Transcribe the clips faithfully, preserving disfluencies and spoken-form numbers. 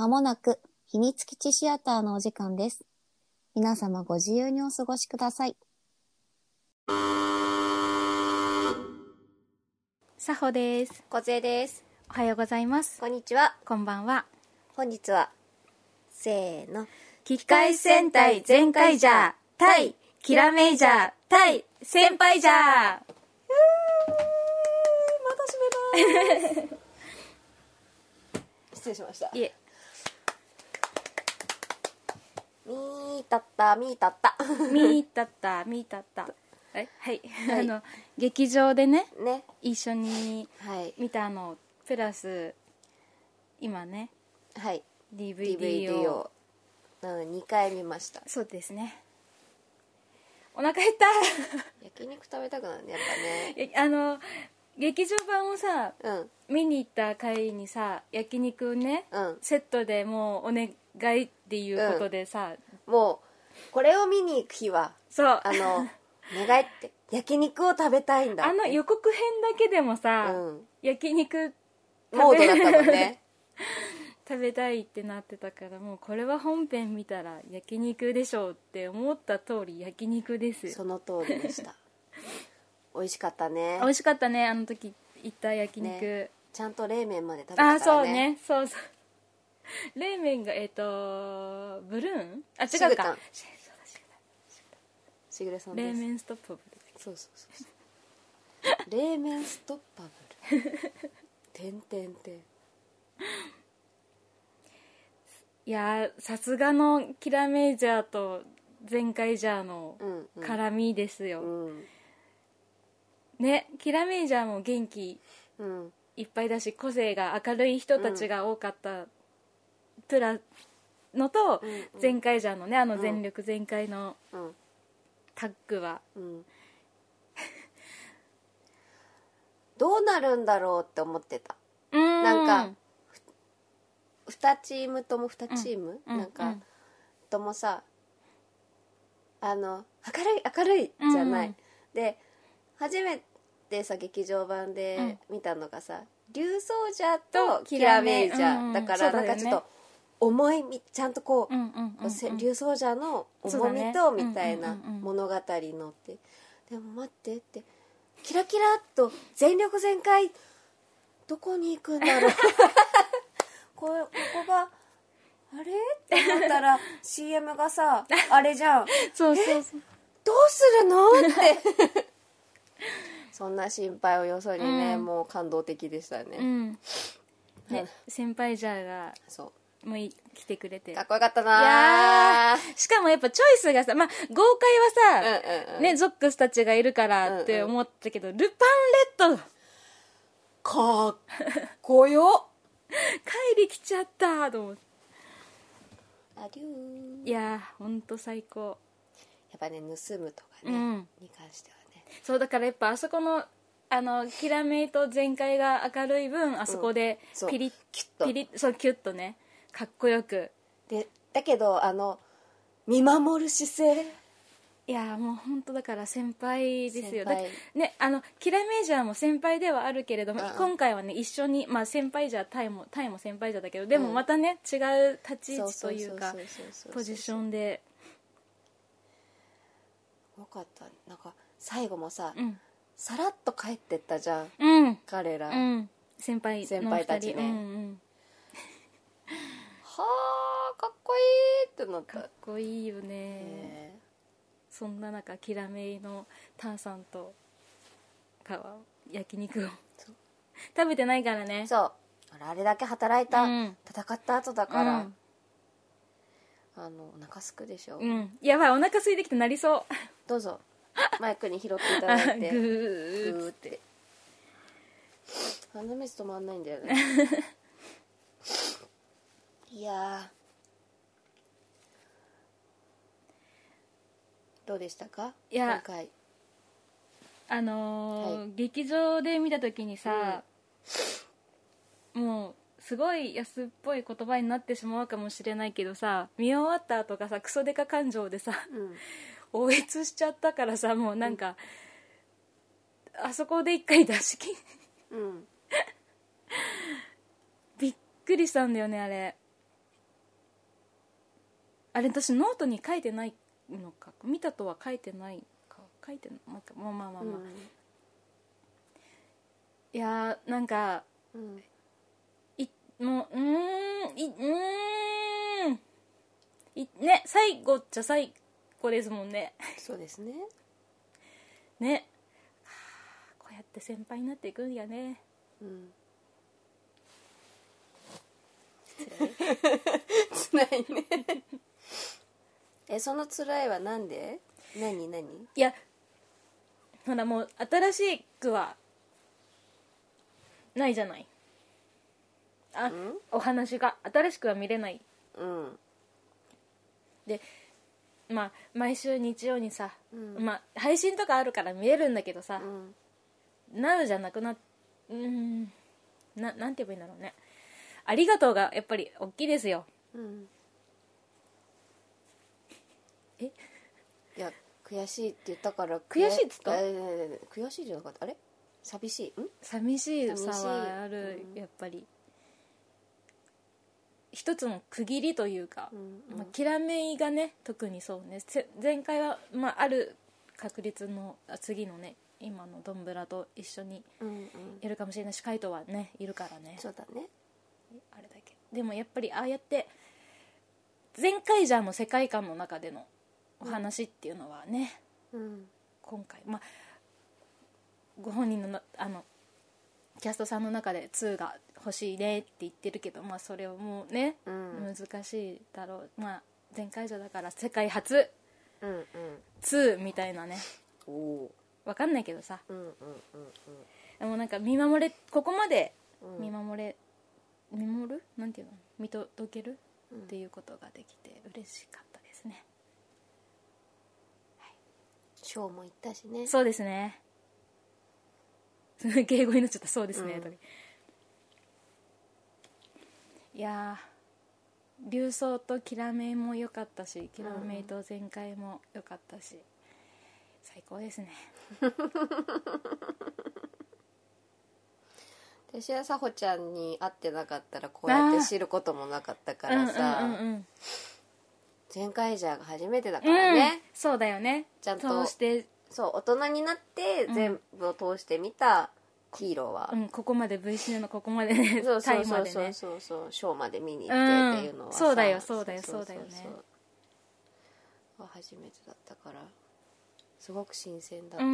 まもなく秘密基地シアターのお時間です。皆様ご自由にお過ごしください。 さほです。 こぜです。 おはようございます。 こんにちは。 こんばんは。 本日はせーの、 機械戦隊全開ジャー対キラメイジャー対先輩ジャー。また締めます失礼しました。 いえ、 みーたったみーたったみーたったみーたったはい、はい、はい、あの劇場でねね一緒にはい見たのプラス今ねはいディーブイディー をなのでにかい見ました。 そうですね。お腹減った焼肉食べたくなるねやっぱね。 あの劇場版をさうん見に行った回にさ焼肉ね、 うん、 セットでもうお願いっていうことでさ、 うん、もうこれを見に行く日はそうあの願いって焼肉を食べたいんだって。 あの予告編だけでもさ、 うん、 焼肉モードだったもんね食べたいってなってたから、もうこれは本編見たら焼肉でしょうって思った通り焼肉です。 その通りでした美味しかったね。 美味しかったね。あの時行った焼肉、ね、 ちゃんと冷麺まで食べたからね。 あ、そうね、そうそう冷麺がえっ、ー、とブルーンあ違うかしぐれさんです。 冷麺ストッパブル。 そうそうそうそう冷麺ストッパブルてんてんてん。 いやさすがのキラメイジャーと全開ジャーの絡みですよ、 うんうんね。キラメイジャーも元気いっぱいだし、個性が明るい人たちが多かったプラのと、うんうん、全開ジャーのねあの全力全開のタッグは、うんうん、 どうなるんだろうって思ってた。 うーんなんかにチームともにチーム、 うん、 なんか、うん、ともさあの明るい明るいじゃない、うんうん、で初めてさ劇場版で見たのがさ、うん、竜奏者とキラメイジャー、うんうん、だからなんかちょっと重いちゃんとこう、うんうんうんうん、竜奏者の重みとみたいな物語のって、でも待ってってキラキラっと全力全開どこに行くんだろうこ, ここがあれって思ったら シーエム がさあれじゃんそうそうそうどうするのってそんな心配をよそにね、うん、もう感動的でしたね、 うんね先輩ジャーがそうもう来てくれてかっこよかったな。 いやしかもやっぱチョイスがさ、まあ、豪快はさ、うんうんうん、ね、ゾックスたちがいるからって思ったけど、うんうん、ルパンレッドかっこよ帰り来ちゃったと思って、 アデュー。 いやーほんと最高。 やっぱね盗むとかね、うん、に関してはね、 そうだからやっぱあそこのあのキラメイと全開が明るい分あそこでピリッ、うん、 キュッとピリッそうキュッとねかっこよくで、だけどあの見守る姿勢、 いやもう本当だから先輩ですよ。だね、あのキラメイジャーも先輩ではあるけれども、うん、今回はね一緒に、まあ、先輩じゃタイもタイも先輩じゃだけどでもまたね、うん、違う立ち位置というかポジションでよかった。なんか最後もさ、うん、さらっと帰ってったじゃん、 うん、 彼ら、 うん、先輩のふたり先輩たちね、 うんうん、 はあかっこいいってなった。 かっこいいよね、えーそんな中キラメイのタンさんとかは焼肉を食べてないからね。 そうあれだけ働いた、うん、戦った後だから、うん、あのお腹すくでしょ、 うん、やばいお腹空いてきてなりそうどうぞマイクに拾っていただいてグーグーって鼻水止まんないんだよねいやどうでしたか。 いや今回あのーはい、劇場で見た時にさ、うん、もうすごい安っぽい言葉になってしまうかもしれないけどさ見終わった後がさクソデカ感情でさ、うん、応援しちゃったからさもうなんか、うん、あそこで一回出し切うんびっくりしたんだよねあれ。 あれ私ノートに書いてないのか、見たとは書いてないか、書いてない、まあまあまあまあ、まあ、いやーなんか、 うん、 いもううーんいうーんいね最後っちゃ最後ですもんね。 そうですね。 ね、こうやって先輩になっていくんやね。 うん。つらいね。え、そのつらいはなんで？何何？ いや、ほらもう新しくはないじゃない。あ、 うん、 お話が新しくは見れない。 うん。 で、まあ毎週日曜にさ、 うん、 まあ配信とかあるから見れるんだけどさ、 うん、 なうじゃなくなっ、うーん、ななんて言えばいいんだろうね。ありがとうがやっぱり大きいですよ。 うん。 え？ いや悔しいって言ったから悔しいっつった？ 悔しいじゃなかった？あれ？寂しい？ん？ 寂しいさはある、うん、やっぱり一つの区切りというか、うんうん、まあ、きらめいがね特にそうね。前回は、まあ、ある確率の次のね今のドンブラと一緒にいるかもしれないし、カイトはねいるからね。 そうだね。 あれだけどでもやっぱりああやってゼンカイジャーの世界観の中でのお話っていうのはね、 うん、 今回まあご本人のあのキャストさんの中でツーが欲しいねって言ってるけど、まあそれをもうね、うん、難しいだろう。まあゼンカイジャーだから世界初、うんうん、ツーみたいなね。お分かんないけどさ、うんうんうんうん、でもなんか見守れここまで見守れ、うん、見守るなんていうの見届ける、うん、っていうことができて嬉しかったですね。 ショーも行ったしね。 そうですね。敬語になっちゃった。そうですね、うん、いやー竜装とキラメイも良かったし、キラメイと全開も良かったし、うん、最高ですね。 私はさほちゃんに会ってなかったらこうやって知ることもなかったからさ、うんうんうんうん、ゼンカイジャーが初めてだからね、うん、 そうだよね。 ちゃんとしてそう大人になって全部を通して見たヒーローは、 うん、ここまで ブイシーエヌ のここまでね、 そうそうそうそうそうそうショーまで見に行ってっていうのはさ、 うん、そうだよそうだよそうだよね。 初めてだったからすごく新鮮だったし、うん、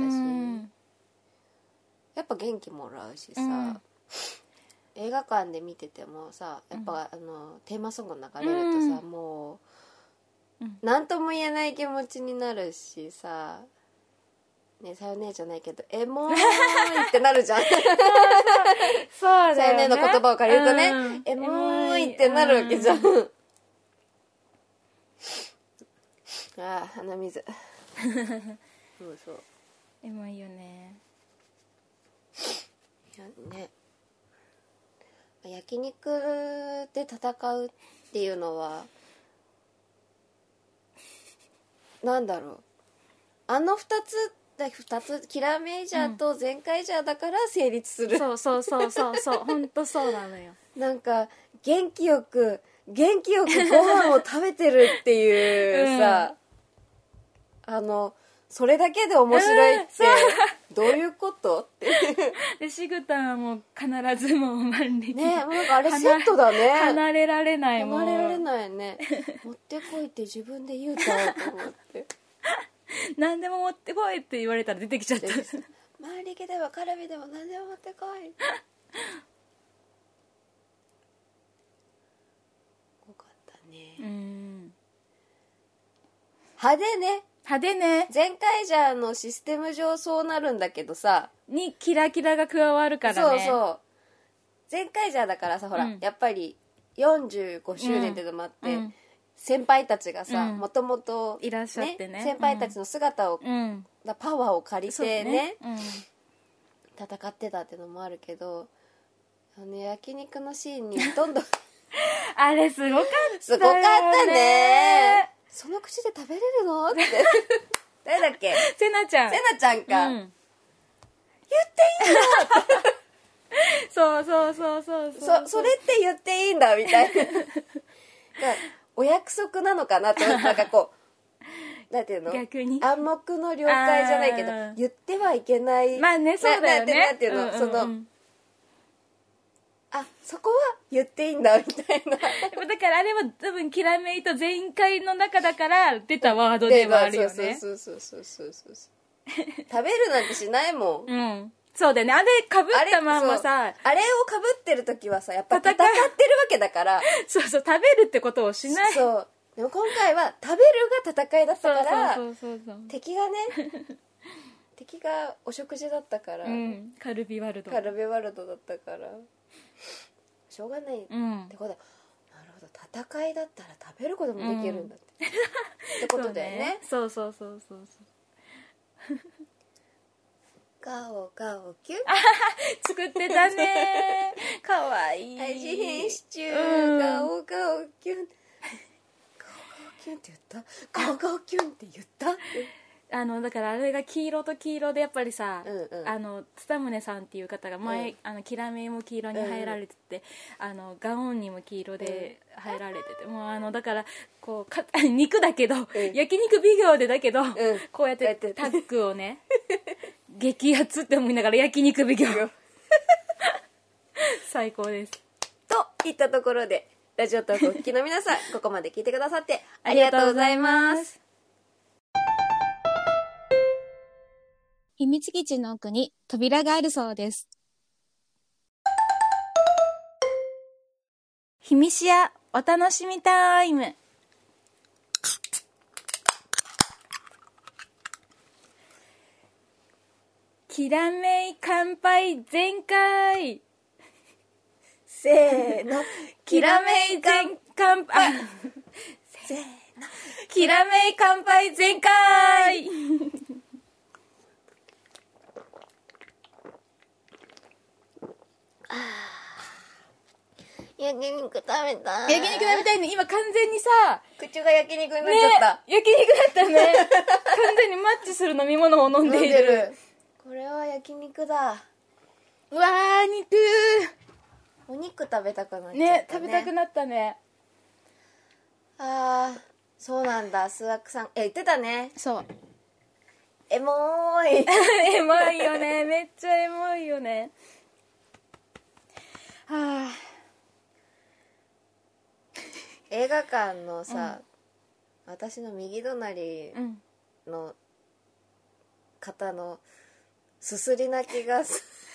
やっぱ元気もらうしさ、うん、映画館で見ててもさやっぱ、うん、あのテーマソング流れるとさ、うん、もう何、うん、とも言えない気持ちになるしさね、さよねえじゃないけどエモーいってなるじゃん。 そうだよね。 さよねえの言葉を借りるとね、うん、エモーいってなるわけじゃん、うん、ああ鼻水そうそうエモいよね。 いやね焼肉で戦うっていうのはなんだろう、あのふたつふたつキラメイジャーとゼンカイジャーだから成立する、 うん、そうそうそうそうそう本当そうなのよ。 なんか元気よく元気よくご飯を食べてるっていうさ、うん、あのそれだけで面白いって、うん、どういうことってでシグタンはもう必ずもう万力ね、なんかあれセットだね。 離れられないもん。 離れられないね。持ってこいって自分で言うたと思って何でも持ってこいって言われたら出てきちゃった。 万力でもカルビでも何でも持ってこい。よかったね。うん。派手ね。 派手ね。 ゼンカイジャーのシステム上そうなるんだけどさ。 にキラキラが加わるからね。 そうそう。ゼンカイジャーだからさ、ほら、うん、やっぱりよんじゅうごしゅうねんってのもあって、うん、先輩たちがさ、もともといらっしゃってね、 先輩たちの姿を、うん、パワーを借りてね、ね、うん、戦ってたってのもあるけど、あの焼肉のシーンにどんどんあれすごかったよね。 すごかったね。その口で食べれるのって誰だっけ、 セナちゃん、 セナちゃんか、うん、言っていいのってそうそうそうそうそう、そそれって言っていいんだみたいなお約束なのかなってなんかこうなんていうの逆に暗黙の了解じゃないけど言ってはいけないまあねそうだよねなんていうの、うんうんうん、そのあそこは言っていいんだみたいなだからあれは多分キラメイト全開の中だから出たワードではあるよね。 そうそうそうそうそうそう食べるなんてしないもん、 うん、そうだよね。あれかぶったまんまさあれ、あれをかぶってる時はさやっぱ戦ってるわけだからそうそう食べるってことをしない。 そうでも今回は食べるが戦いだったからそうそうそうそう敵がね敵がお食事だったから、 うん、カルビワルドカルビワルドだったからしょうがないってことだ、うん、なるほど戦いだったら食べることもできるんだって、うん、ってことだよね。 そうそうそうそうそうガオガオキュン作ってたねかわいい味変シチュー、うん、ガオガオキュンガオガオキュンって言ったガオガオキュンって言ったってあのだからあれが黄色と黄色でやっぱりさ、 うんうん、 あの蔦宗さんっていう方が前、うん、あのキラメイも黄色に入られてて、うん、あのガオンにも黄色で入られてて、うん、もうあのだからこうか肉だけど、うん、焼肉美行でだけど、うん、こうやってタッグをね激アツって思いながら焼肉美行最高ですといったところでラジオトークお聞きの皆さんここまで聞いてくださってありがとうございます。 秘密基地の奥に扉があるそうです。 秘密やお楽しみタイム。キラメイ乾杯全開せーのキラメイ全乾杯せーのキラメイ乾杯全開焼肉食べたい。 焼肉食べたいね。今完全にさ口が焼肉になっちゃった、 ね、焼肉だったね完全にマッチする飲み物を飲んでいる。 飲んでる。これは焼肉だ。 うわー肉お肉食べたくなっちゃったね。 ね食べたくなったね。 あーそうなんだ。スワックさんえ言ってたね。 そうエモーいエモいよね。めっちゃエモいよね。はあ映画館のさ、うん、私の右隣の方のすすり泣きが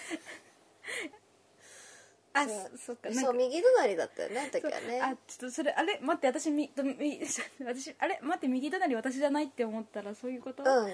あ、そっか。 そう右隣だったよね、あの時はね。 あ、ちょっとそれあれ待って私みみ私あれ待って右隣私じゃないって思ったらそういうこと？ うん。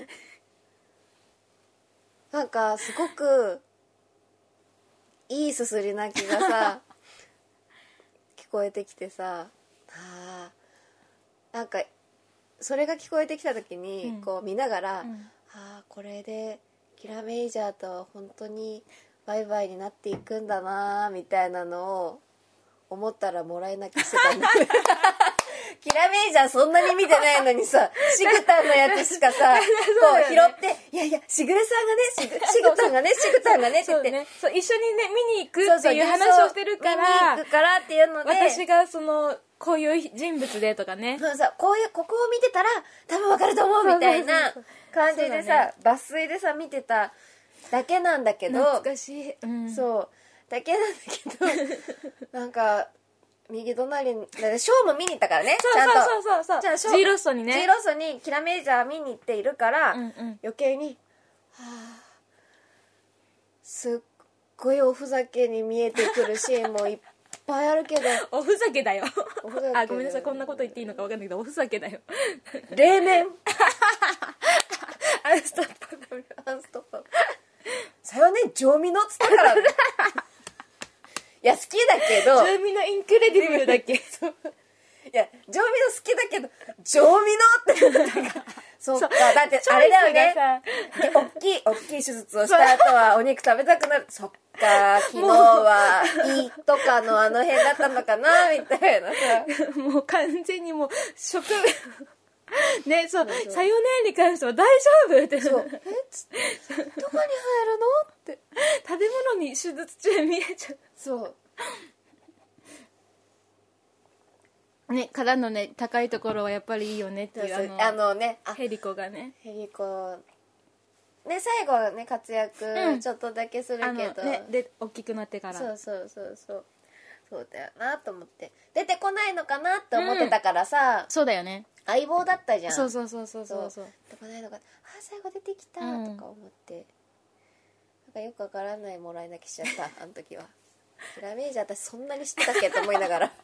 なんかすごくいいすすり泣きがさ聞こえてきてさ。あなんかそれが聞こえてきた時に、うん、こう見ながら、うん、あこれでキラメイジャーとは本当にバイバイになっていくんだなみたいなのを思ったらもらい泣きしてたんだキラメイジャーそんなに見てないのにさシグタンのやつしかさこう拾っていやいやしぐれさんがねシグタンがねシグタンがねって言って、 ね、そう一緒にね見に行くっていう話をしてるから見に行くからっていうので私がそのこういう人物でとかねそうさこういうここを見てたら多分わかると思うみたいな感じでさ、ね、抜粋でさ見てただけなんだけど懐かしい、うん、 そうだけなんだけどなんか右隣にショーも見に行ったからねそうそうそうそうそうそうジーロッソにねジーロッソにキラメイジャー見に行っているから、うんうん、余計にはあすっごいおふざけに見えてくるシーンもいっぱいあるけどおふざけだよおふざけあごめんなさいこんなこと言っていいのか分かんないけどおふざけだよ冷麺アンストッパーアンストッパーそれはね上味のっつったからねいや好きだけど上味のインクレディブルだっけそういや上味の好きだけど上味のってそうかだってあれだよね大きい大きい手術をした後はお肉食べたくなるそっか昨日は胃とかのあの辺だったのかなみたいなさもう完全にもう食ねそうさよねに関しては大丈夫ってそうえっつどこに入るのって食べ物に手術中見えちゃうそうね、からのね高いところはやっぱりいいよねっていう、 そうそうああのねのヘリコがねヘリコね最後はね活躍うんちょっとだけするあのけど、 ねで大きくなってからそうそうそうそうそうだよなと思って出てこないのかなって思ってたからさ、 そうだよね相棒だったじゃん。 そうそうそうそうそうそう出てこないのかあ最後出てきたうんとか思って、なんかよくわからないもらい泣きしちゃったあの時は。キラメージ私そんなに知ってたっけと思いながら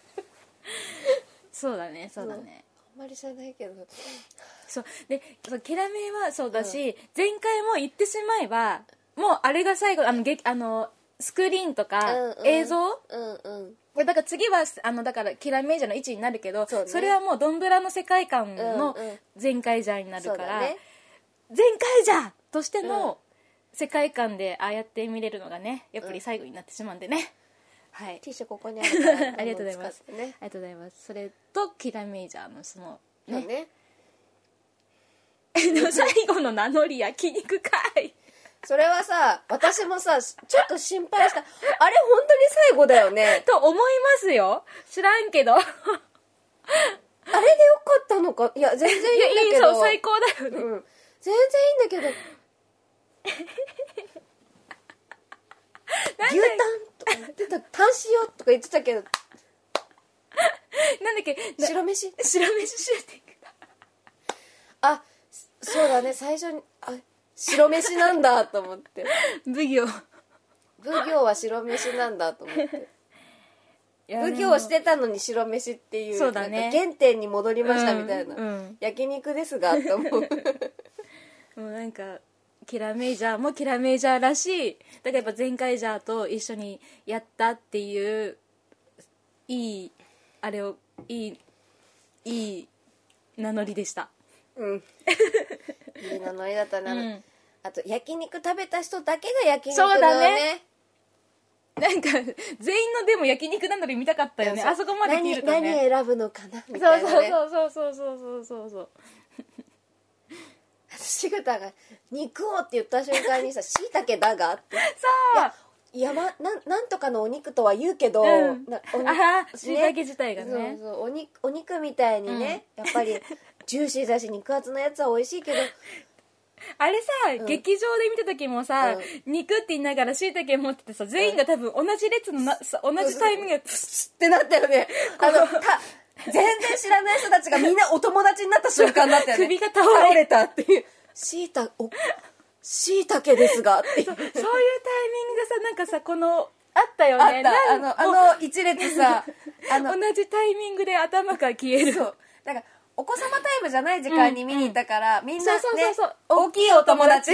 そうだねそうだねあんまり知らないけどそうでそうキラメはそうだし、うん、前回も言ってしまえばもうあれが最後あの劇あのスクリーンとか、うんうん、映像、 うんうん、 だから次はあのだからキラメージャーの位置になるけど そ,、ね、それはもうドンブラの世界観の全カイジャーになるから、うんうんね、全カイジャーとしての世界観でああやって見れるのがねやっぱり最後になってしまうんでね、うん、はい、 ティッシュここにあるからありがとうございます、ね、ありがとうございます。それとキラメージャーのそのねね最後の名乗り焼肉かいそれはさ私もさちょっと心配したあれ本当に最後だよねと思いますよ知らんけどあれでよかったのかいや全然いいんだけどいいそう最高だよね、 うん、全然いいんだけど牛タンとか言ってたタンしようとか言ってたけどなんだっけ白飯白飯シューティングあそうだね最初にあ白飯なんだと思って奉行奉行は白飯なんだと思って奉行してたのに白飯っていうそうだね原点に戻りましたみたいな、 うんうん、 焼肉ですがって思うもうなんかキラメージャーもキラメージャーらしいだからやっぱ全カイジャーと一緒にやったっていういいあれをいいいい名乗りでしたうんいい名乗りだったな、うん、あと焼肉食べた人だけが焼肉だよね。そうだねなんか全員のでも焼肉名乗り見たかったよねあそこまで見るとね何、何選ぶのかなみたいな、ね、 そうそうそうそうそうそうそうシグタが肉をって言った瞬間にさしいたけだがってそういや山ななんとかのお肉とは言うけど、うん、 なおあしいたけ自体がねそうそうお肉、お肉みたいにね、うん、やっぱりジューシーだし肉厚のやつは美味しいけどあれさ、うん、劇場で見た時もさ、うん、肉って言いながらしいたけ持っててさ全員が多分同じ列のな、うん、同じタイミングでプスッってなったよねあのた全然知らない人たちがみんなお友達になった瞬間だったよね首が倒れ倒れたっていうしいたおしいたけですがっていうそういうタイミングでさなんかさこのあったよねあったあのあの一列さあの同じタイミングで頭から消えるそうなんかお子様タイムじゃない時間に見に行ったから、うんうん、みんなねそうそうそうそう大きいお友達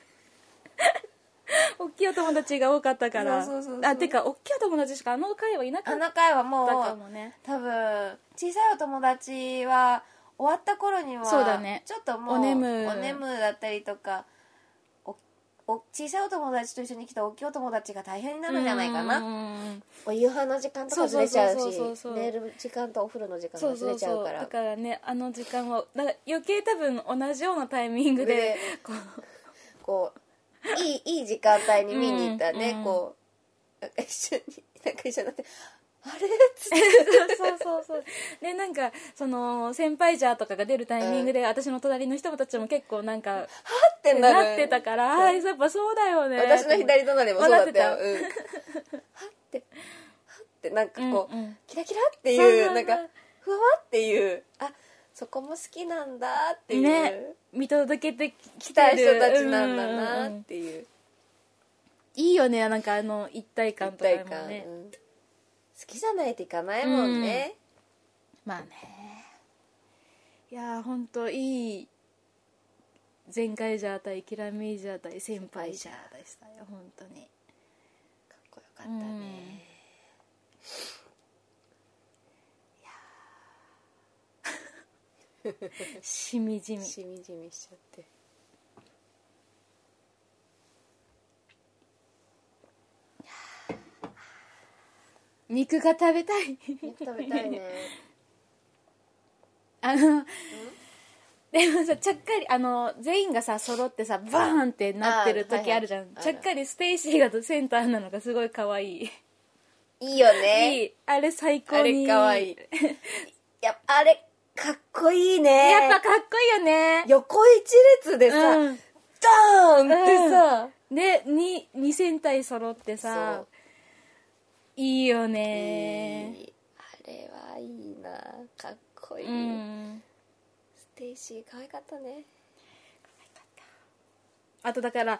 大きいお友達が多かったからそうそうそうそうあてか大きいお友達しかあの回はいなかったあの回はもうかも、ね、 多分小さいお友達は終わった頃にはそうだねちょっともうお眠お眠だったりとかおお小さいお友達と一緒に来た大きいお友達が大変になるんじゃないかなお夕飯の時間とかずれちゃうし寝る時間とお風呂の時間がずれちゃうからそうそうそうだからねあの時間はだから余計多分同じようなタイミングででこうこういいいい時間帯に見に行ったね、うん、こうなんか一緒になんか一緒になってあれっつってそうそうそうでなんかその先輩ジャーとかが出るタイミングで、うん、私の隣の人たちも結構なんかはってなるなってたからあやっぱそうだよね私の左隣もそうだったよ、うん、はってはってなんかこう、うんうん、キラキラっていうなんかふわっていうあそこも好きなんだっていう、ね、 見届けてきた人たちなんだなっていう、うんうん、 いいよねなんかあの一体感とかもね、 うん、好きじゃないといかないもんね、 うん、まあねいやーほんといい前回ジャー対キラメイジャー対先輩ジャーでしたよ本当にかっこよかったね、うんしみじみしみじみしちゃって肉が食べたい肉食べたいねあのでもさちゃっかりあの全員がさ揃ってさバーンってなってる時あるじゃん、はいはい、ちゃっかりステイシーがセンターなのがすごい可愛いいいいよね。 いい。あれ最高あにいい。 れかわいい。やっぱあれかっこいいね。 やっぱかっこいいよね。 横一列でさ、 うんドーンってさ、 で、に、に戦隊揃ってさそう、 いいよね。 いいあれはいいな、かっこいい。 うん。 ステイシー可愛かったね。 あとだから、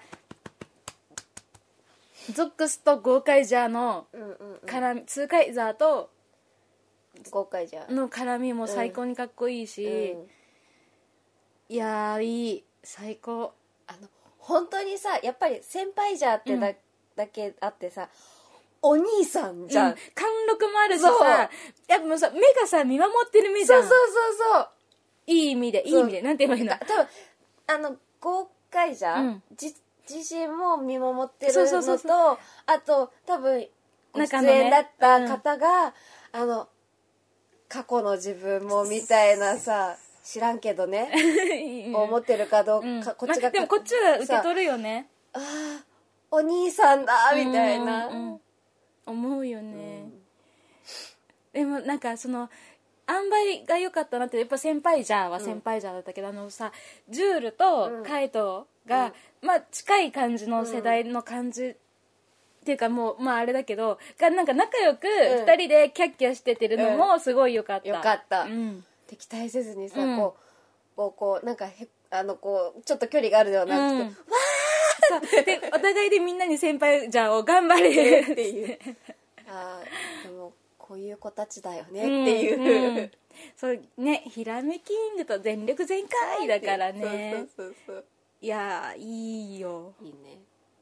ゾックスとゴーカイジャーのうんうんうん。 絡み、ツーカイザーと豪快じゃん。 の絡みも最高にかっこいいし、 うんいやーいい、最高。 あの本当にさ、やっぱり先輩じゃってだ,、だけあってさ、お兄さんじゃん、 うん貫禄もあるしそうさ、やっぱもうさ、目がさ見守ってる目じゃん。 そうそうそうそう。 いい意味でいい意味でなんて言えばいいの。 多分あの豪快じゃ、 うんじ自身も見守ってるそうのそうそうそと、あと多分ご出中のね演だった方が、あの過去の自分もみたいなさ、知らんけどね思ってるかどうか、 うんこっちが、 まあでもこっちは受け取るよね。 ああお兄さんだみたいな、 うんうんうん思うよね、でもなんかその塩梅が良かったなって、やっぱ先輩じゃんは先輩じゃんだったけど、あのさジュールとカイトが、まあ近い感じの世代の感じ、っていうかもうまああれだけどがなんか仲良くふたりでキャッキャしててるのもすごい良かった、 よかった、 うん敵対せずにさ、 うんこうこうこうなんかへあのこうちょっと距離があるではなくて、 うんそうでお互いでみんなに先輩じゃんを頑張れっっていうあーでもこういう子たちだよねっていう、 うんうんそうね、ひらめキングと全力全開だからね。 そうそうそういやーいいよ。 そういいね。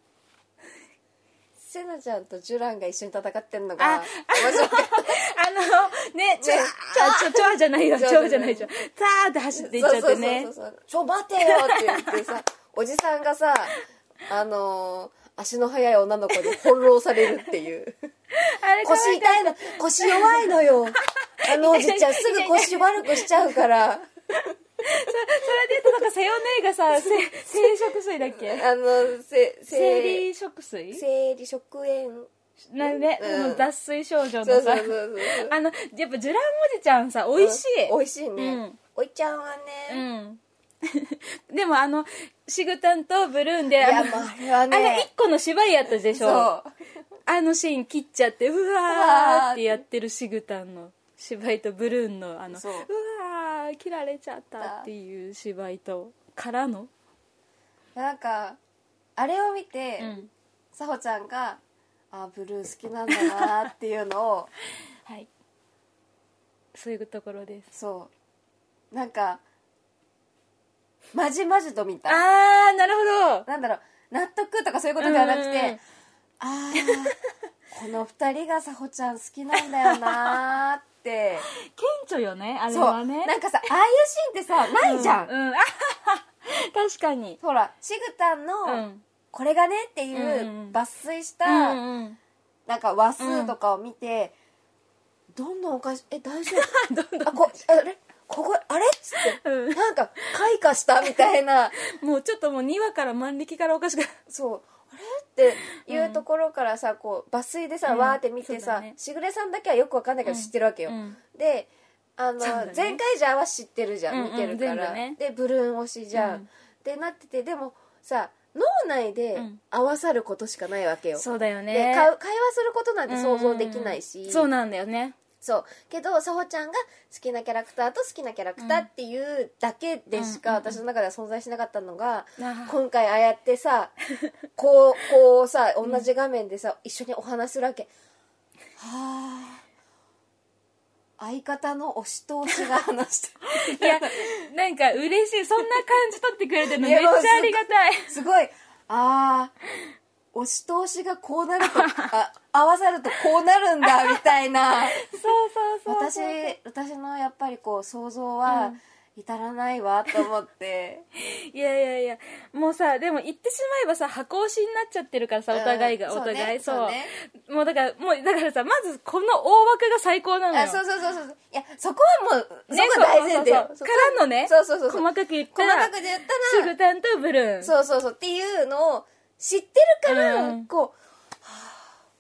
セナちゃんとジュランが一緒に戦ってんのあが面白かった。 あのねちょねちょちょちょじゃないよ、 ちょちょじゃないじゃん、ザーって走っていっちゃってね。 そうそうそうそうちょ待てよって言ってさおじさんがさあのー足の速い女の子に翻弄されるっていうあれ可腰愛かった痛いの腰弱いのよあのおじちゃんすぐ腰悪くしちゃうからそそれで言うとなんか瀬尾姉がさせ生殖水だっけ、 あのせ生理食水生理食塩なね、 うんもう脱水症状のさそうそうそうそうあのやっぱジュランおじちゃんさ美味しい、 うん美味しいね、 うんおいちゃんはうね、 んでもあのシグタンとブルーンでいやあのもうあれはあのね一個の芝居やったでしょ。 そうあのシーン切っちゃってうわーってやってるシグタンの芝居とブルーンのあのそううわー切られちゃったっていう芝居とからの、 なんかあれを見て、 うんさほちゃんがあブルー好きなんだなっていうのをはいそういうところです。 そうなんかまじまじと見た、 あーなるほど。 なんだろう納得とかそういうことではなくて、 うんうんうんあーこの二人がさほちゃん好きなんだよなーって顕著よねあれそうはね。 なんかさああいうシーンってさないじゃん、 うん、うん、あはは確かに。 ほらシグタンのうんこれがねっていうんうんう抜粋した、 うんうんなんか話数とかを見て、どんどんおかしいえ大丈夫どんどんあこあれここあれっつって、 うんなんか開花したみたいなもうちょっともうにわから万力からおかしくそうあれっていうところからさこう抜粋でさ、 うんわーって見てさ、 そうだねしぐれさんだけはよくわかんないけど知ってるわけよ、 うんであの、 そうだね前回じゃは知ってるじゃん、 うんうん見てるから、 全部ねでブルーン推しじゃん、 うんってなっててでもさ脳内でうん合わさることしかないわけよ、 そうだよでね。 か会話することなんて想像できないし、 うんそうなんだよね。 そうけどさほちゃんが好きなキャラクターと好きなキャラクターっていうだけでしかうん私の中では存在しなかったのが、 あ今回ああやってさこうこうさ同じ画面でさ、一緒にお話しするわけ。はあ相方の押し通しが話していやなんか嬉しい、そんな感じ取ってくれてるのいやめっちゃありがたい。 すごいあー押し通しがこうなるとあ合わさるとこうなるんだみたいなそうそうそう私私のやっぱりこう想像は至らないわと思って、 いやいやいやもうさでも言ってしまえばさ箱推しになっちゃってるからさ、お互いがうんお互いそうそうねもうだからもうだからさまずこの大枠が最高なのよ。 あそうそうそうそういやそこはもう、 ねそこ大前提そうそうそうからのねそうそうそうそう細かく言った細らかく言ったらシグタンとブルーンそうそうそうっていうのを知ってるから、 うんこう、は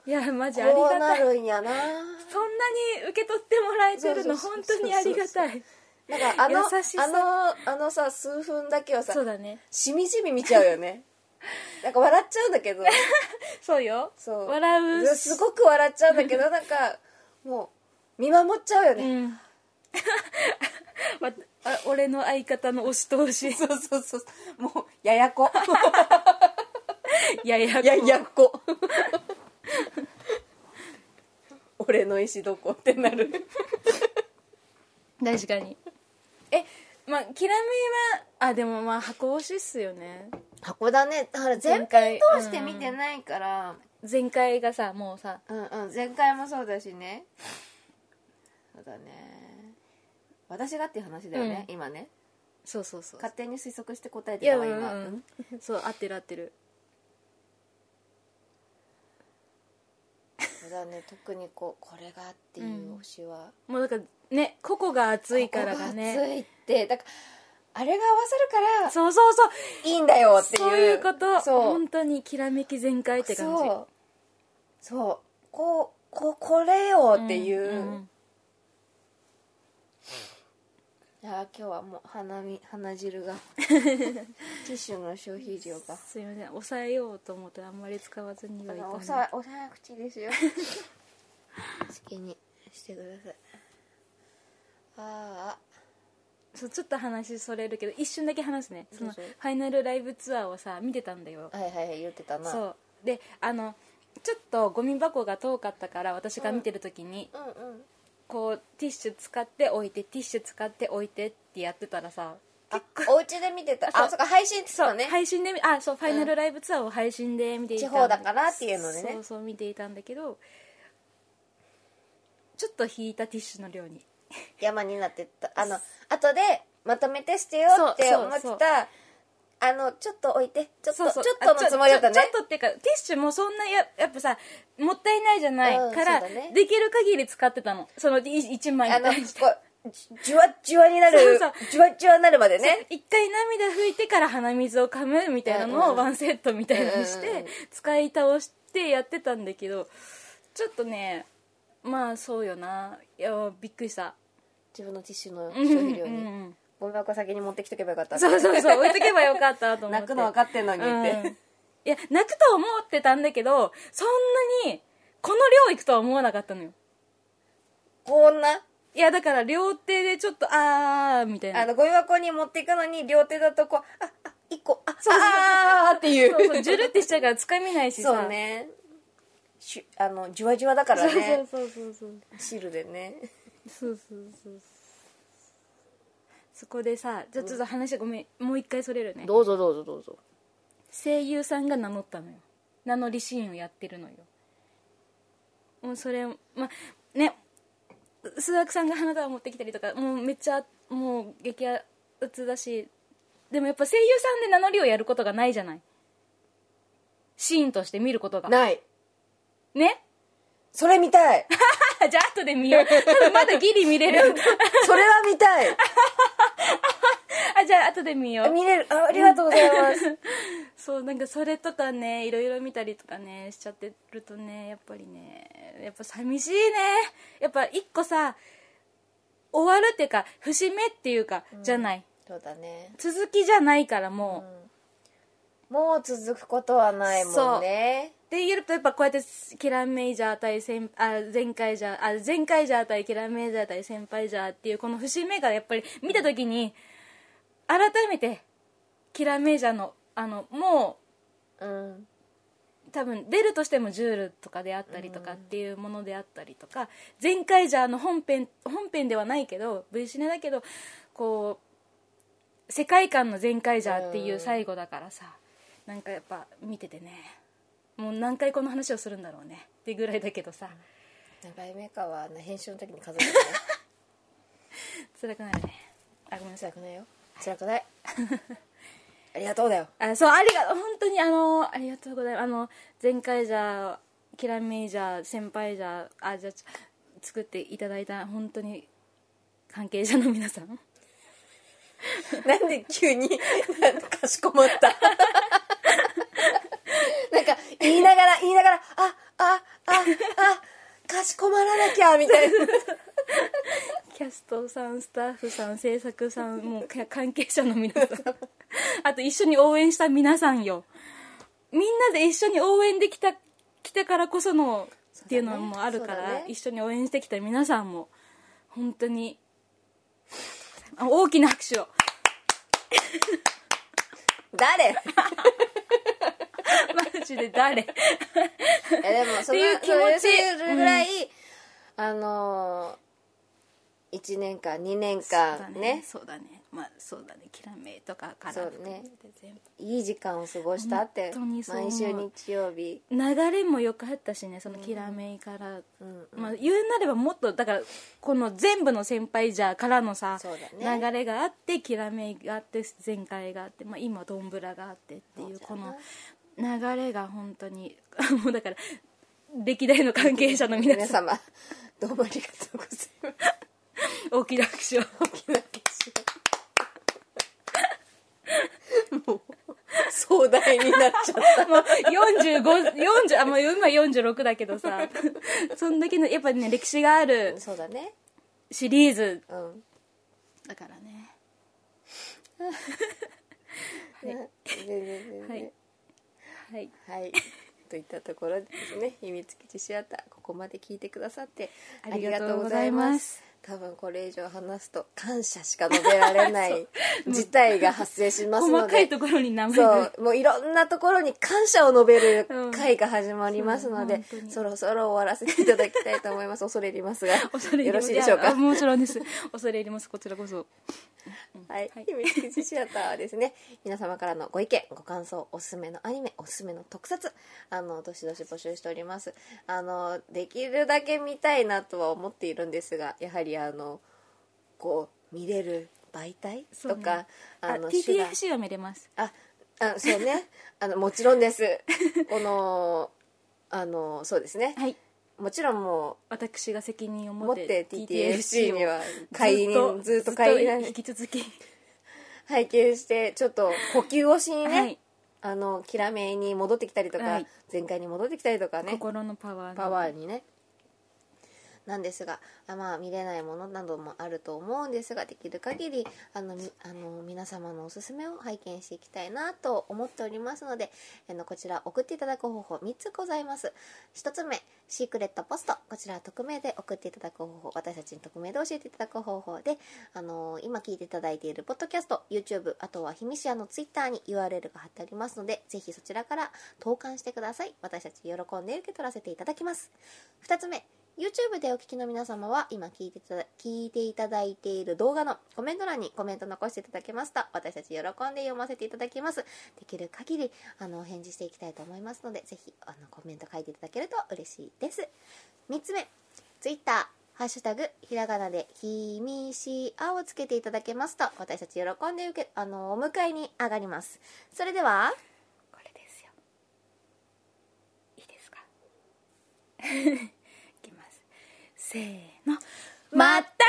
いやマジありこうながたい。 るんやな。 そんなに受け取ってもらえてるのそうそう本当にありがたい。 なんかあの優しさあのあのさ数分だけはさそうだね。 しみじみ見ちゃうよね。なんか笑っちゃうんだけどそうよ。 そう笑う。 すごく笑っちゃうんだけどなんかもう見守っちゃうよね、 うん。わあ俺の相方の押し通し。 そうそうそうもうややこややこややこ俺の石どこってなる確かに。えまあキラメはあでもまあ箱推しっすよね。 箱だね。だから全編通して見てないから、 前回がさもうさうんうん前回もそうだしね。そうだね。私がっていう話だよね、 うん今ね。 そうそうそう。 勝手に推測して答えいやてたわ今、 うんうんうんそう合ってる合ってる。 そうだね。特にこうこれがっていう推しは、 もうだからね個々が熱いからがね。 ここが熱いってだからあれが合わさるからそうそうそう。 いいんだよっていうそういうこと。 そう本当にきらめき全開って感じ。 そうそうこうここれよっていう、 んんいや今日はもう鼻み鼻汁がティッシュの消費量がすいません抑えようと思ってあんまり使わずにはいたんで。 幼幼口ですよ好きにしてください。ああそうちょっと話それるけど一瞬だけ話すね。そのどうぞファイナルライブツアーをさ見てたんだよ。 はいはいはい言ってたな。 そうであのちょっとゴミ箱が遠かったから私が見てる時に、 うんうんこうティッシュ使って置いてティッシュ使って置いてってやってたらさあお家で見てたあそっか配信って言ってたね。 配信で見あそうファイナルライブツアーを配信で見ていた、 地方だからっていうのでねそうそう見ていたんだけどちょっと引いたティッシュの量に山になってったあの後でまとめて捨てようって思ってそうそうそうたあのちょっと置いてちょっとそうそうちょっとのつもりだったね。 ちょちょちょっとっていうかティッシュもそんなややっぱさもったいないじゃない、 うんから、 そうだねできる限り使ってたのそのい一枚あのこに対してうじゅわじゅわになるそうそうじゅわじゅわになるまでね。 一回涙拭いてから鼻水を噛むみたいなうんうんのをワンセットみたいなのにしうんうんうんて使い倒してやってたんだけどちょっとねまあそうよないやびっくりした。 自分のティッシュの消費量に、 うんうんゴミ箱先に持ってきとけばよかったってそうそうそう置いとけばよかったと思って泣くの分かってんのにって、 うんいや泣くと思ってたんだけどそんなにこの量いくとは思わなかったのよ。 こんないやだから両手でちょっとあーみたいなあのゴミ箱に持っていくのに両手だとこうああ一個あそうそうそうあーっていうそうそうジュルってしちゃうからつかめないしさそうねしゅあのじゅわじゅわだからねそうそうそうそう汁でねそうそうそうそこでさじゃあちょっと話ごめんもう一回それるね。 どうぞどうぞどうぞ。 声優さんが名乗ったのよ。名乗りシーンをやってるのよ。もうそれまあね須田さんが花束持ってきたりとかもうめっちゃもう激アツだしでもやっぱ声優さんで名乗りをやることがないじゃないシーンとして見ることがないねそれ見たいじゃあ後で見よう多分まだギリ見れるそれは見たいあじゃあ後で見よう見れる あ, ありがとうございますそうなんかそれとかねいろいろ見たりとかねしちゃってるとねやっぱりねやっぱ寂しいね。やっぱ一個さ終わるっていうか節目っていうか、うん、じゃないそうだね続きじゃないからもう、うん、もう続くことはないもんね。 で言えるとやっぱこうやってキラメイジャー対先あ前回じゃあ前回じゃー対キラメイジャー対先輩じゃーっていうこの節目がやっぱり見た時に改めてキラメイジャーのあのもう、うん多分出るとしてもジュールとかであったりとかっていうものであったりとか、前回じゃの本編本編ではないけど V シネだけどこう世界観の前回じゃっていう最後だからさなんかやっぱ見ててねもう何回この話をするんだろうねってぐらいだけどさ何回目かは編集の時に数えてね辛くないよね。あごめんなさい辛くないよ辛くないありがとうだよ。 あそうありが本当にあのありがとうございます。あの前回じゃキラメイジャー先輩じゃあじゃ作っていただいた本当に関係者の皆さんなんで急になんかかしこまったなんか言いながら言いながらあああかしこまらなきゃみたいなキャストさん、スタッフさん、制作さん、もうか関係者の皆さんあと一緒に応援した皆さんよ。みんなで一緒に応援できた来たからこそのっていうのもあるから、ね、一緒に応援してきた皆さんも本当にあ大きな拍手を誰マジで誰いやでもそのっていう気持ちそういうぐらい、うん、あのー、いちねんかんにねんかんねそうだね、そうだね、まあそうだね、キラメとかからそうね、いい時間を過ごしたって毎週日曜日流れもよくあったしね、そのキラメから、うんうん、まあ、言うなればもっとだからこの全部の先輩じゃからのさ、ね、流れがあってキラメがあって前回があって、まあ、今ドンブラがあってっていうこの流れが本当にもうだから歴代の関係者の皆さん皆様どうもありがとうございます大きな拍手を大きな拍手もう壮大になっちゃったもうよんじゅうご、よんじゅう、あ、もう今よんじゅうろくだけどさそんだけのやっぱね歴史があるそうだねシリーズ、 うん、 だからねはい全然全然はいはい、 はい、といったところでですね、秘密基地シアターここまで聞いてくださってありがとうございます。多分これ以上話すと感謝しか述べられない事態が発生しますので細かいところに名前がそうもういろんなところに感謝を述べる会が始まりますので、うん、そろそろ終わらせていただきたいと思います恐れ入りますが恐れ入ります、 よろしいでしょうか。 もちろんです恐れ入ります、こちらこそはい、はい、秘密基地シアターはですね皆様からのご意見ご感想おすすめのアニメおすすめの特撮あのどしどし募集しております。あのできるだけ見たいなとは思っているんですがやはりあのこう見れる媒体とか、ね、 あの ティーティーエフシー は見れます。 ああそうねあのもちろんですこのあのそうですね、はいもちろんもう私が責任を持ってティーティーエフシー には会員ずっと会員引き続き拝見してちょっと呼吸をしにね、はい、あのキラメに戻ってきたりとか、はい、前回に戻ってきたりとかね心のパワーパワーにねなんですがまあ見れないものなどもあると思うんですができる限りあのあの皆様のおすすめを拝見していきたいなと思っておりますのであのこちら送っていただく方法みっつございます。ひとつめシークレットポストこちら匿名で送っていただく方法私たちに匿名で教えていただく方法であの今聞いていただいているポッドキャスト YouTube あとはひみしやの Twitter に ユーアールエル が貼ってありますのでぜひそちらから投函してください。私たち喜んで受け取らせていただきます。ふたつめYouTube でお聞きの皆様は今聞いてただ聞いていただいている動画のコメント欄にコメント残していただけますと私たち喜んで読ませていただきます。できる限りあの返事していきたいと思いますのでぜひあのコメント書いていただけると嬉しいです。みっつめ Twitterハッシュタグひらがなでひみしあをつけていただけますと私たち喜んで受けあのお迎えに上がります。それではこれですよいいですかせーのまた